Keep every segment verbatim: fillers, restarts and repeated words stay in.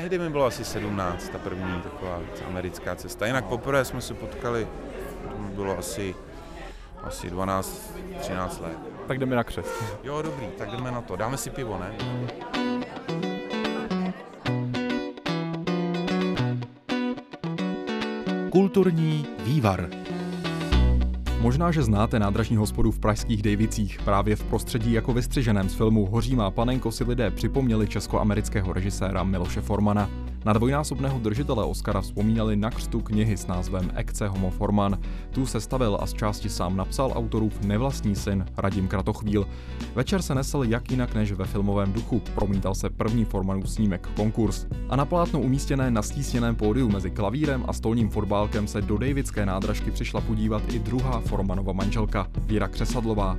tehdy mi bylo asi sedmnáct, ta první taková americká cesta. Jinak poprvé jsme se potkali, to mi bylo asi, asi dvanáct třináct let. Tak jdeme na křest. Jo, dobrý, tak jdeme na to. Dáme si pivo, ne? Kulturní vývar. Možná, že znáte nádražní hospodu v pražských Dejvicích. Právě v prostředí jako vystřiženém z filmu Hoří má panenko si lidé připomněli českoamerického režiséra Miloše Formana. Na dvojnásobného držitele Oscara vzpomínali na křtu knihy s názvem Ecce homo Forman. Tu sestavil a z části sám napsal autorův nevlastní syn Radim Kratochvíl. Večer se nesl jak jinak než ve filmovém duchu. Promítal se první Formanův snímek Konkurs. A na plátno umístěné na stísněném pódiu mezi klavírem a stolním fotbálkem se do Dejvické nádražky přišla podívat i druhá Formanova manželka, Věra Křesadlová.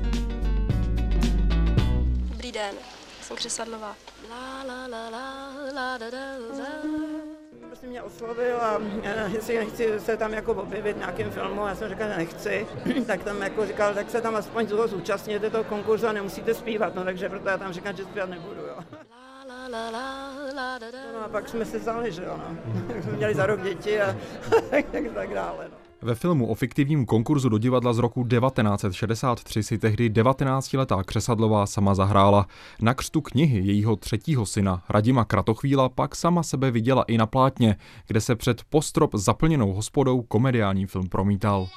Dobrý den, jsem Křesadlová. La, la, la, la, la, da, da, da. Prostě mě oslovil a jestli nechci se tam jako objevit v nějakém filmu, já jsem říkal, že nechci, tak tam jako říkal, tak se tam aspoň toho zúčastněte toho konkurzu a nemusíte zpívat, no takže proto já tam říkám, že zpívat nebudu, jo. La, la, la, la, da, da. No a pak jsme se vzali, že jo, no. Jsme měli za rok děti a tak dále, no. Ve filmu o fiktivním konkurzu do divadla z roku devatenáct set šedesát tři si tehdy devatenáctiletá Křesadlová sama zahrála. Na křtu knihy jejího třetího syna Radima Kratochvíla pak sama sebe viděla i na plátně, kde se před postrop zaplněnou hospodou komediální film promítal.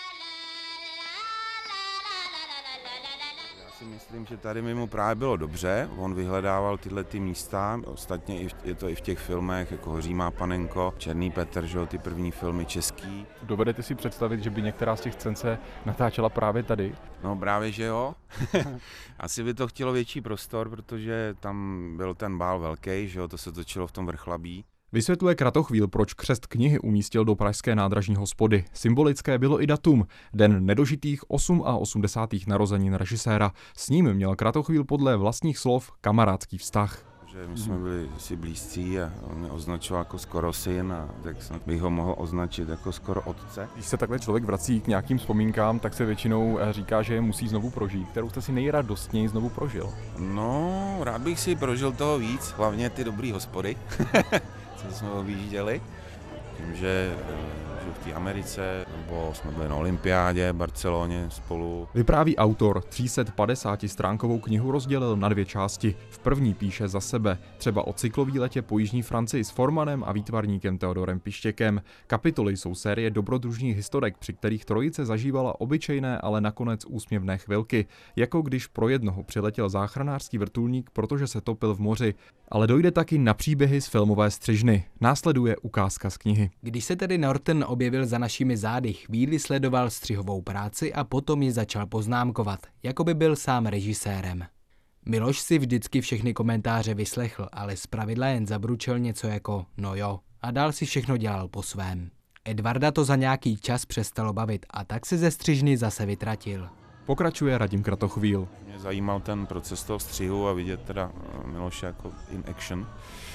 Myslím, že tady mimo právě bylo dobře, on vyhledával tyhle ty místa, ostatně je to i v těch filmech, jako Hoří má panenko, Černý Petr, že jo, ty první filmy český. Dovedete si představit, že by některá z těch scén se natáčela právě tady? No právě, že jo. Asi by to chtělo větší prostor, protože tam byl ten bál velký, že jo, to se točilo v tom Vrchlabí. Vysvětluje Kratochvíl, proč křest knihy umístil do pražské nádražní hospody. Symbolické bylo i datum, den nedožitých osmadesátých osmých narozenin režiséra. S ním měl Kratochvíl podle vlastních slov kamarádský vztah. Že my jsme byli si blízcí a on mě označoval jako skoro syn, a tak snad bych ho mohl označit jako skoro otce. Když se takhle člověk vrací k nějakým vzpomínkám, tak se většinou říká, že je musí znovu prožít. Kterou jste si nejradostněji znovu prožil? No, rád bych si prožil toho víc, hlavně ty dobrý hospody. Co jsme objížděli, tím, že, že v té Americe, nebo jsme byli na olympiádě, Barceloně spolu. Vypráví autor, tři sta padesátistránkovou knihu rozdělil na dvě části. V první píše za sebe, třeba o cyklový letě po jižní Francii s Formanem a výtvarníkem Teodorem Pištěkem. Kapitoly jsou série dobrodružných historek, při kterých trojice zažívala obyčejné, ale nakonec úsměvné chvilky, jako když pro jednoho přiletěl záchranářský vrtulník, protože se topil v moři. Ale dojde taky na příběhy z filmové střižny. Následuje ukázka z knihy. Když se tedy Norton objevil za našimi zády, chvíli sledoval střihovou práci a potom ji začal poznámkovat, jako by byl sám režisérem. Miloš si vždycky všechny komentáře vyslechl, ale zpravidla jen zabručel něco jako no jo a dál si všechno dělal po svém. Edvarda to za nějaký čas přestalo bavit a tak se ze střižny zase vytratil. Pokračuje Radim Kratochvíl. Mě zajímal ten proces toho střihu a vidět teda Miloše jako in action.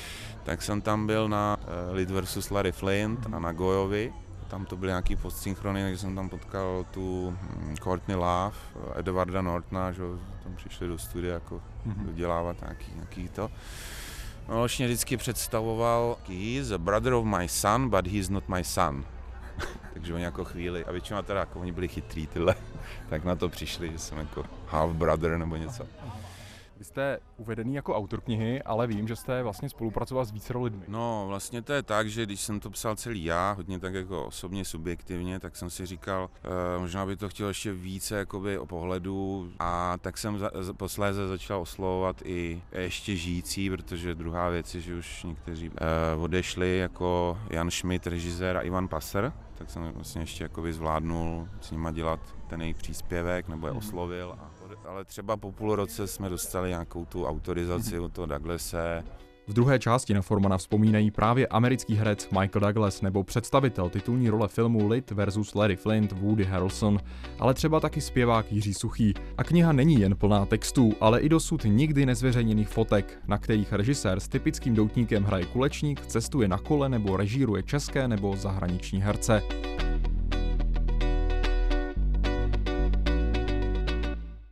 Tak jsem tam byl na Lid versus Larry Flynt a na Goyovi. Tam to byly nějaký postsynchrony, takže jsem tam potkal tu Courtney Love, Edwarda Nortona, že tam přišli do studia jako dodělávat nějaký, nějaký to. Miloš mě vždycky představoval, he is a brother of my son, but he is not my son. Takže oni jako chvíli, a většinou teda jako oni byli chytrý tyhle, tak na to přišli, že jsem jako half brother nebo něco. Vy jste uvedený jako autor knihy, ale vím, že jste vlastně spolupracoval s vícero lidmi. No, vlastně to je tak, že když jsem to psal celý já, hodně tak jako osobně, subjektivně, tak jsem si říkal, uh, možná by to chtěl ještě více jakoby o pohledu, a tak jsem za, posléze začal oslovovat i ještě žijící, protože druhá věc je, že už někteří uh, odešli, jako Jan Schmidt, režisér, a Ivan Passer, tak jsem vlastně ještě jakoby zvládnul s nima dělat ten jejich příspěvek, nebo je oslovil. A ale třeba po půl roce jsme dostali nějakou tu autorizaci od toho Douglase. V druhé části na Formana vzpomínají právě americký herec Michael Douglas nebo představitel titulní role filmu Lid versus Larry Flynt Woody Harrelson, ale třeba taky zpěvák Jiří Suchý. A kniha není jen plná textů, ale i dosud nikdy nezveřejněných fotek, na kterých režisér s typickým doutníkem hraje kulečník, cestuje na kole nebo režíruje české nebo zahraniční herce.